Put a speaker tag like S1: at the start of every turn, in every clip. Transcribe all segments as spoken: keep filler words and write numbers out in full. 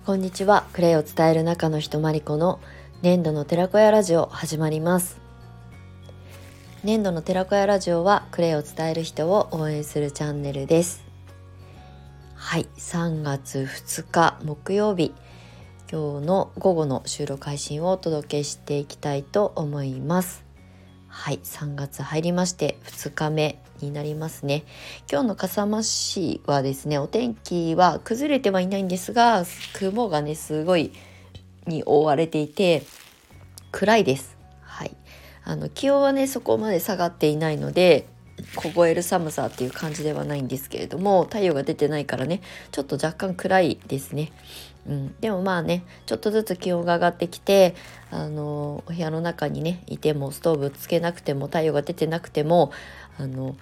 S1: こんにちは。クレイを伝える中の人まりこの粘土の寺子屋ラジオ始まります。粘土の寺子屋ラジオはクレイを伝える人を応援するチャンネルです。はい、さんがつふつか木曜日、今日の午後の収録配信をお届けしていきたいと思います。はい、さんがつ入りましてふつかめになりますね。今日の笠間市はですね、お天気は崩れてはいないんですが、雲がねすごいに覆われていて暗いです。はい、あの気温はねそこまで下がっていないので凍える寒さっていう感じではないんですけれども、太陽が出てないからねちょっと若干暗いですね。うん、でもまあねちょっとずつ気温が上がってきて、あのお部屋の中にねいてもストーブつけなくても太陽が出てなくてもあの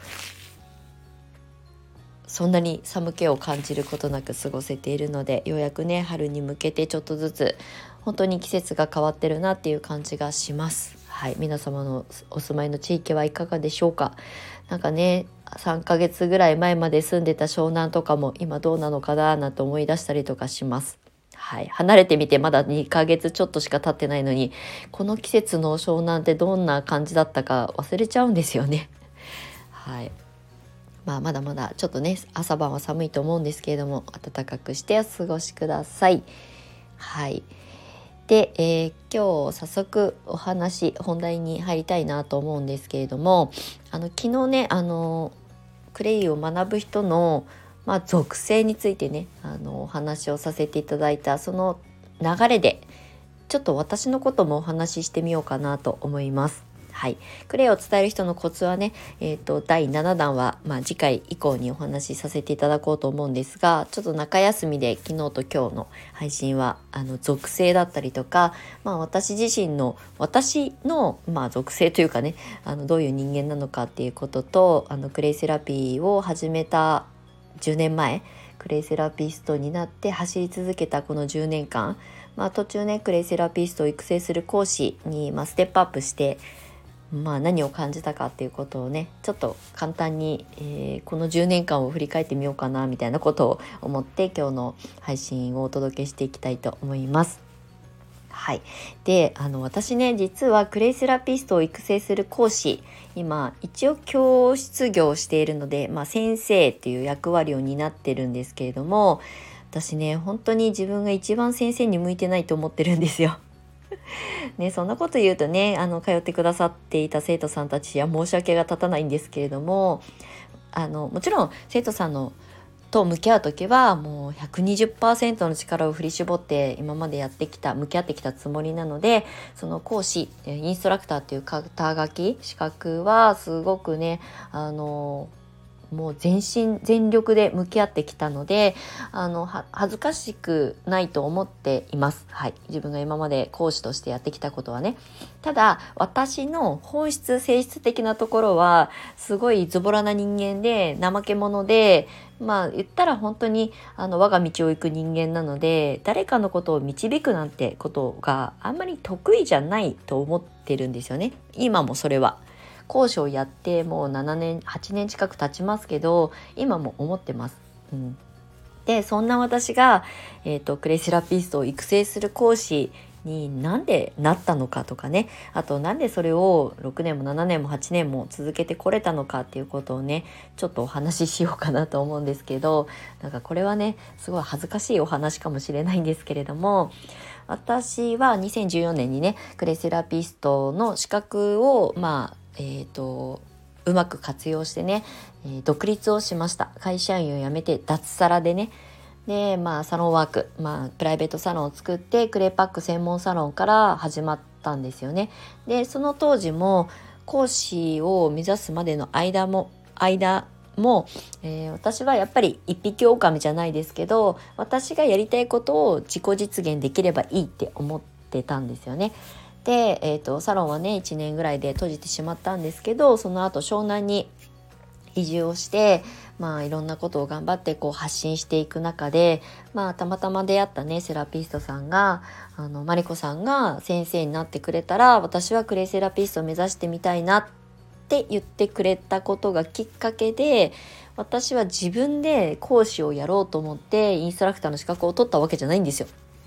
S1: そんなに寒気を感じることなく過ごせているので、ようやくね春に向けてちょっとずつ本当に季節が変わってるなっていう感じがします。はい、皆様のお住まいの地域はいかがでしょうか。なんかねさんかげつぐらい前まで住んでた湘南とかも今どうなのかななんて思い出したりとかします。はい、離れてみてまだにかげつちょっとしか経ってないのに、この季節の湘南ってどんな感じだったか忘れちゃうんですよね。はい、まあ、まだまだちょっとね朝晩は寒いと思うんですけれども、暖かくしてお過ごしください。はい、で、えー、今日早速お話本題に入りたいなと思うんですけれども、あの昨日ねあのクレイを学ぶ人の、まあ、属性についてねあのお話をさせていただいたその流れでちょっと私のこともお話ししてみようかなと思います。はい、クレイを伝える人のコツはね、えーと、だいななだんは、まあ、次回以降にお話しさせていただこうと思うんですが、ちょっと中休みで昨日と今日の配信はあの属性だったりとか、まあ、私自身の私の、まあ、属性というかねあのどういう人間なのかっていうことと、あのクレイセラピーを始めたじゅうねんまえクレイセラピストになって走り続けたこのじゅうねんかん、まあ、途中ねクレイセラピストを育成する講師に、まあ、ステップアップしてまあ、何を感じたかっていうことをねちょっと簡単に、えー、このじゅうねんかんを振り返ってみようかなみたいなことを思って今日の配信をお届けしていきたいと思います。はい、であの私ね実はクレイセラピストを育成する講師、今一応教室業をしているので、まあ、先生っていう役割を担ってるんですけれども、私ね本当に自分が一番先生に向いてないと思ってるんですよ。ね、そんなこと言うとねあの通ってくださっていた生徒さんたちは申し訳が立たないんですけれども、あのもちろん生徒さんのと向き合う時はもう ひゃくにじゅっパーセント の力を振り絞って今までやってきた向き合ってきたつもりなので、その講師インストラクターっていう肩書き資格はすごくねあのもう全身全力で向き合ってきたので、あのは恥ずかしくないと思っています。はい、自分が今まで講師としてやってきたことはね。ただ私の本質性質的なところはすごいズボラな人間で怠け者で、まあ言ったら本当にあの我が道を行く人間なので、誰かのことを導くなんてことがあんまり得意じゃないと思ってるんですよね。今もそれは講師をやってもうななねんはちねん近く経ちますけど今も思ってます。うん、でそんな私が、えーと、クレイセラピストを育成する講師になんでなったのかとかね、あとなんでそれをろくねんもななねんもはちねんも続けてこれたのかっていうことをねちょっとお話ししようかなと思うんですけど、なんかこれはねすごい恥ずかしいお話かもしれないんですけれども、私はにせんじゅうよねんにねクレイセラピストの資格をまあえーとうまく活用してね、えー、独立をしました。会社員を辞めて脱サラでね、でまあサロンワーク、まあプライベートサロンを作ってクレイパック専門サロンから始まったんですよね。でその当時も講師を目指すまでの間も間も、えー、私はやっぱり一匹狼じゃないですけど、私がやりたいことを自己実現できればいいって思ってたんですよね。で、えーと、サロンはねいちねんぐらいで閉じてしまったんですけど、その後湘南に移住をして、まあいろんなことを頑張ってこう発信していく中で、まあたまたま出会ったねセラピストさんがあのマリコさんが先生になってくれたら私はクレイセラピストを目指してみたいなって言ってくれたことがきっかけで、私は自分で講師をやろうと思ってインストラクターの資格を取ったわけじゃないんですよ。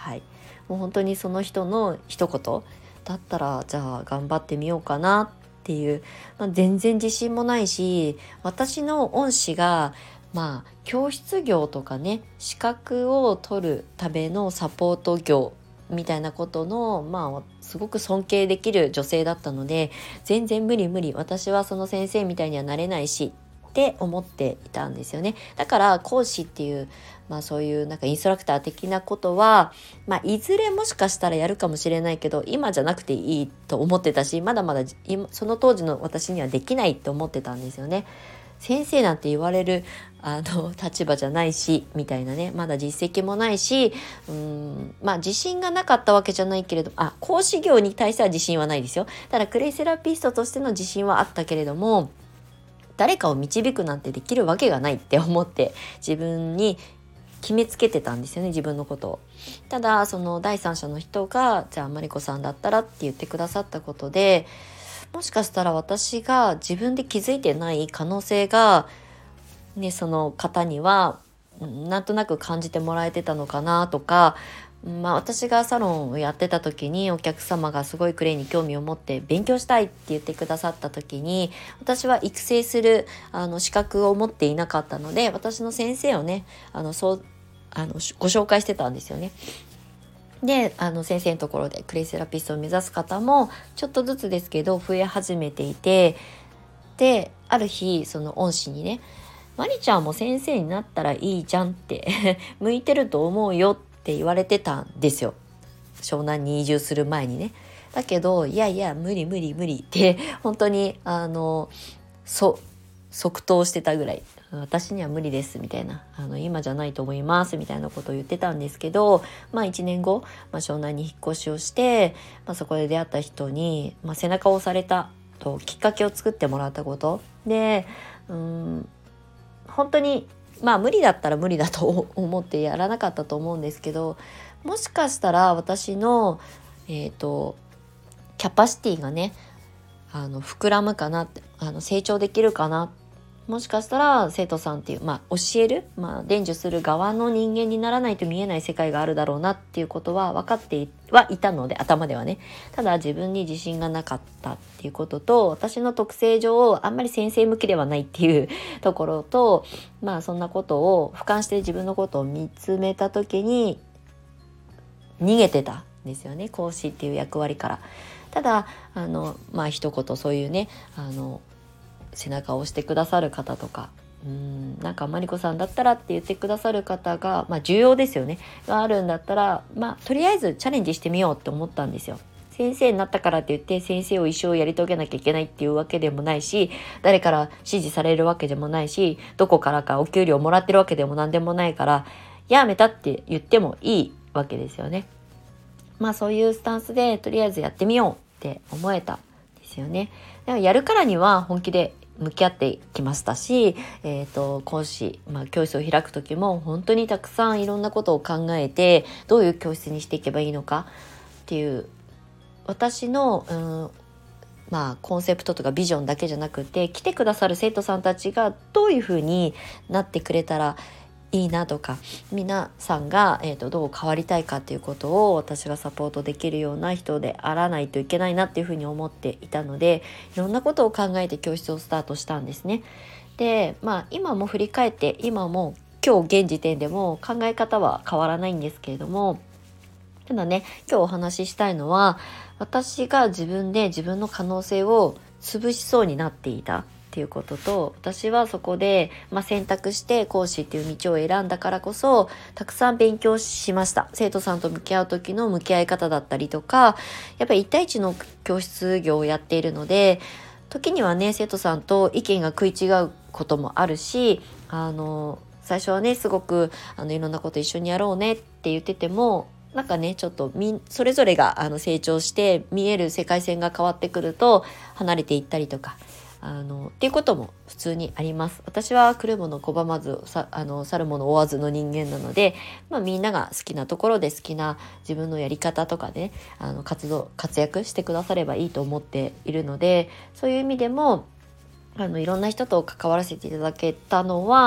S1: はい、もう本当にその人の一言だったらじゃあ頑張ってみようかなっていう、まあ、全然自信もないし、私の恩師がまあ教室業とかね、資格を取るためのサポート業みたいなことのまあすごく尊敬できる女性だったので、全然無理無理、私はその先生みたいにはなれないしって思っていたんですよね。だから講師っていう、まあそういうなんかインストラクター的なことは、まあいずれもしかしたらやるかもしれないけど、今じゃなくていいと思ってたし、まだまだ今その当時の私にはできないって思ってたんですよね。先生なんて言われるあの立場じゃないしみたいなね、まだ実績もないし、うーんまあ自信がなかったわけじゃないけれど、あ講師業に対しては自信はないですよ。ただクレイセラピストとしての自信はあったけれども、誰かを導くなんてできるわけがないって思って自分に決めつけてたんですよね、自分のことを。ただその第三者の人がじゃあマリコさんだったらって言ってくださったことで、もしかしたら私が自分で気づいてない可能性がね、その方にはなんとなく感じてもらえてたのかなとか、まあ、私がサロンをやってた時にお客様がすごいクレイに興味を持って勉強したいって言ってくださった時に、私は育成するあの資格を持っていなかったので、私の先生をねあのそうあのご紹介してたんですよね。であの先生のところでクレイセラピストを目指す方もちょっとずつですけど増え始めていて、である日その恩師にね、マリちゃんも先生になったらいいじゃんって向いてると思うよって言われてたんですよ、湘南に移住する前にね。だけどいやいや無理無理無理って本当にあのそ即答してたぐらい、私には無理ですみたいな、あの今じゃないと思いますみたいなことを言ってたんですけど、まあいちねんご、まあ、湘南に引っ越しをして、まあ、そこで出会った人に、まあ、背中を押されたときっかけを作ってもらったことで、うーん本当にまあ無理だったら無理だと思ってやらなかったと思うんですけど、もしかしたら私のえっとキャパシティがねあの膨らむかなって、あの成長できるかな、もしかしたら生徒さんっていう、まあ、教える、まあ、伝授する側の人間にならないと見えない世界があるだろうなっていうことは分かってはいたので、頭ではね。ただ自分に自信がなかったっていうことと、私の特性上あんまり先生向きではないっていうところと、まあそんなことを俯瞰して自分のことを見つめた時に逃げてたんですよね、講師っていう役割から。ただあのまあ一言そういうねあの背中を押してくださる方とか、うーんなんかマリコさんだったらって言ってくださる方が、まあ重要ですよね、があるんだったら、まあとりあえずチャレンジしてみようって思ったんですよ。先生になったからって言って先生を一生やり遂げなきゃいけないっていうわけでもないし、誰から指示されるわけでもないし、どこからかお給料もらってるわけでもなんでもないから、やめたって言ってもいいわけですよね。まあそういうスタンスでとりあえずやってみようって思えたんですよね。でもやるからには本気で向き合ってきましたし、えーと、講師、まあ、教室を開く時も本当にたくさんいろんなことを考えて、どういう教室にしていけばいいのかっていう私の、うん、まあコンセプトとかビジョンだけじゃなくて、来てくださる生徒さんたちがどういうふうになってくれたらいいなとか、皆さんが、えーと、どう変わりたいかっていうことを私がサポートできるような人であらないといけないなっていうふうに思っていたので、いろんなことを考えて教室をスタートしたんですね。で、まあ今も振り返って今も今日現時点でも考え方は変わらないんですけれども、ただね今日お話ししたいのは、私が自分で自分の可能性を潰しそうになっていたっていうことと、私はそこで、まあ、選択して講師っていう道を選んだからこそたくさん勉強しました。生徒さんと向き合う時の向き合い方だったりとか、やっぱり一対一の教室業をやっているので、時にはね生徒さんと意見が食い違うこともあるし、あの最初はねすごくあのいろんなこと一緒にやろうねって言ってても、なんかねちょっとみそれぞれがあの成長して見える世界線が変わってくると離れていったりとか、あのっていうことも普通にあります。私は来るもの拒まずさあの去るもの追わずの人間なので、まあ、みんなが好きなところで好きな自分のやり方とかねあの活動活躍してくださればいいと思っているので、そういう意味でもあのいろんな人と関わらせていただけたのは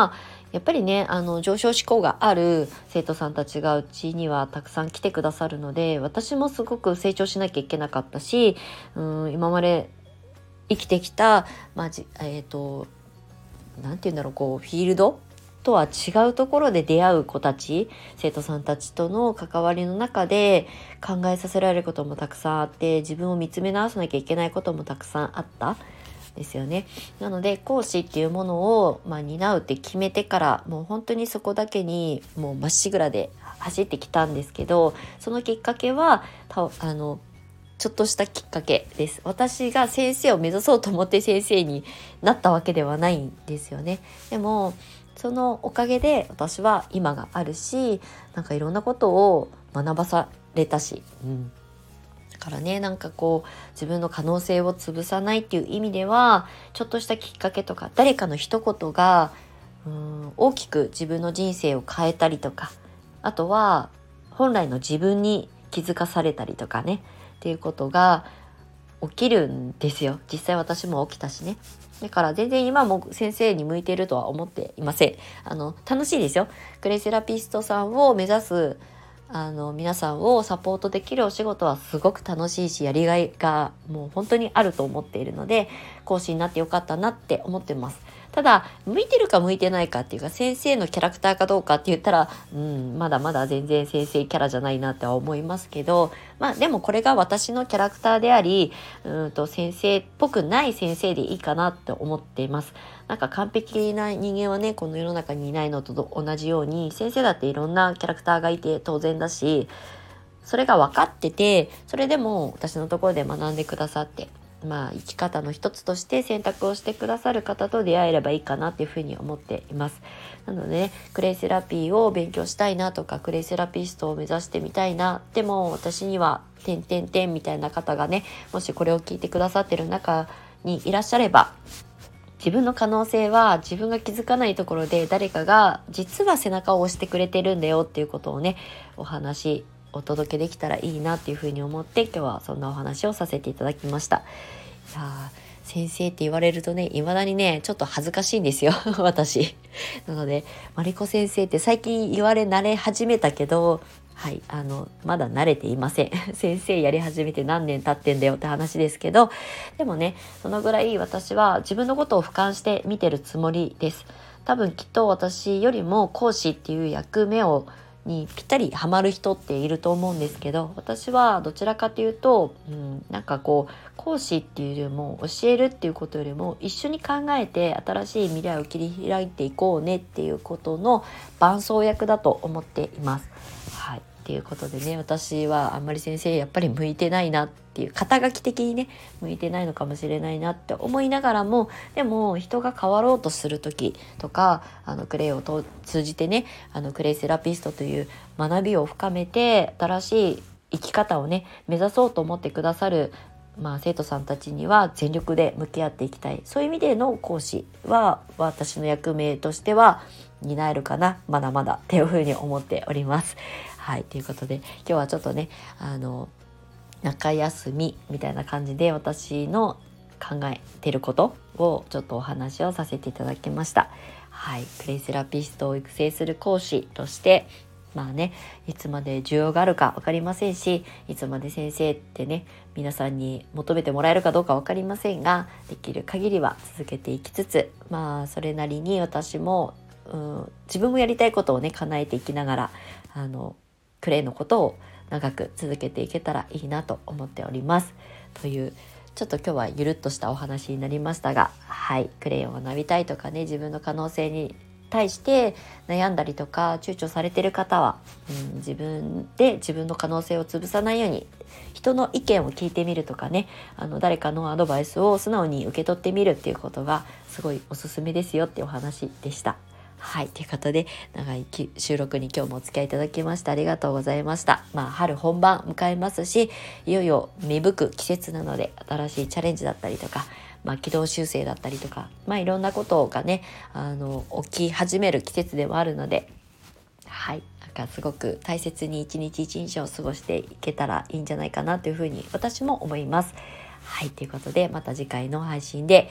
S1: やっぱりねあの上昇志向がある生徒さんたちがうちにはたくさん来てくださるので、私もすごく成長しなきゃいけなかったし、うん今まで生きてきた、まあじえーとなんて言うんだろう、こうフィールドとは違うところで出会う子たち、生徒さんたちとの関わりの中で考えさせられることもたくさんあって、自分を見つめ直さなきゃいけないこともたくさんあったですよね。なので講師っていうものを、まあ、担うって決めてからもう本当にそこだけにもうまっしぐらで走ってきたんですけど、そのきっかけはたあのちょっとしたきっかけです。私が先生を目指そうと思って先生になったわけではないんですよね。でもそのおかげで私は今があるし、なんかいろんなことを学ばされたし、うんだからね、なんかこう自分の可能性を潰さないっていう意味では、ちょっとしたきっかけとか誰かの一言がうん大きく自分の人生を変えたりとか、あとは本来の自分に気づかされたりとかねっていうことが起きるんですよ。実際私も起きたしね。だから全然今も先生に向いているとは思っていません。あの楽しいですよ。クレイセラピストさんを目指すあの皆さんをサポートできるお仕事はすごく楽しいし、やりがいがもう本当にあると思っているので、講師になってよかったなって思ってます。ただ向いてるか向いてないかっていうか、先生のキャラクターかどうかって言ったら、うん、まだまだ全然先生キャラじゃないなっては思いますけど、まあでもこれが私のキャラクターであり、うんと先生っぽくない先生でいいかなって思っています。なんか完璧な人間はねこの世の中にいないのと同じように、先生だっていろんなキャラクターがいて当然だし、それが分かってて、それでも私のところで学んでくださって、まあ生き方の一つとして選択をしてくださる方と出会えればいいかなっていうふうに思っています。なので、ね、クレイセラピーを勉強したいなとか、クレイセラピストを目指してみたいな、でも私には点点点みたいな方がね、もしこれを聞いてくださってる中にいらっしゃれば、自分の可能性は自分が気づかないところで誰かが実は背中を押してくれてるんだよっていうことをね、お話お届けできたらいいなっていうふうに思って、今日はそんなお話をさせていただきました。いや先生って言われるとね、未だにねちょっと恥ずかしいんですよ私なので、マリコ先生って最近言われ慣れ始めたけど、はいあのまだ慣れていません先生やり始めて何年経ってんだよって話ですけど、でもねそのぐらい私は自分のことを俯瞰して見てるつもりです。多分きっと私よりも講師っていう役目をにぴったりハマる人っていると思うんですけど、私はどちらかというと、うん、なんかこう講師っていうよりも教えるっていうことよりも一緒に考えて新しい未来を切り開いていこうねっていうことの伴走役だと思っています。はい、っていうことでね、私はあんまり先生やっぱり向いてないなっていう、肩書き的にね向いてないのかもしれないなって思いながらも、でも人が変わろうとする時とか、あのクレイを通じてね、あのクレイセラピストという学びを深めて新しい生き方をね目指そうと思ってくださる、まあ、生徒さんたちには全力で向き合っていきたい、そういう意味での講師は私の役目としては担えるかな、まだまだっていうふうに思っております。はい、ということで今日はちょっとねあの中休みみたいな感じで私の考えてることをちょっとお話をさせていただきました。はい、クレイセラピストを育成する講師としてまあね、いつまで需要があるか分かりませんし、いつまで先生ってね皆さんに求めてもらえるかどうか分かりませんが、できる限りは続けていきつつ、まあそれなりに私も、うん、自分もやりたいことをね叶えていきながら、あのクレイのことを長く続けていけたらいいなと思っております。というちょっと今日はゆるっとしたお話になりましたが、はい、クレイを学びたいとかね、自分の可能性に対して悩んだりとか躊躇されている方は、うん、自分で自分の可能性を潰さないように人の意見を聞いてみるとかね、あの誰かのアドバイスを素直に受け取ってみるっていうことがすごいおすすめですよっていうお話でした。はい、ということで長い収録に今日もお付き合いいただきましてありがとうございました。まあ春本番迎えますし、いよいよ芽吹く季節なので新しいチャレンジだったりとか、まあ、軌道修正だったりとか、まあ、いろんなことがねあの起き始める季節でもあるので、はいなんかすごく大切に一日一日を過ごしていけたらいいんじゃないかなというふうに私も思います。はい、ということでまた次回の配信で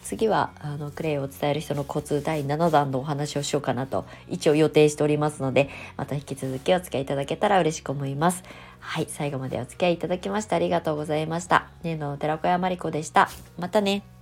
S1: 次はあのクレイを伝える人のコツだいななだんのお話をしようかなと一応予定しておりますので、また引き続きお付き合いいただけたら嬉しく思います。はい、最後までお付き合いいただきましてありがとうございました。ねの寺子屋まりこでした。またね。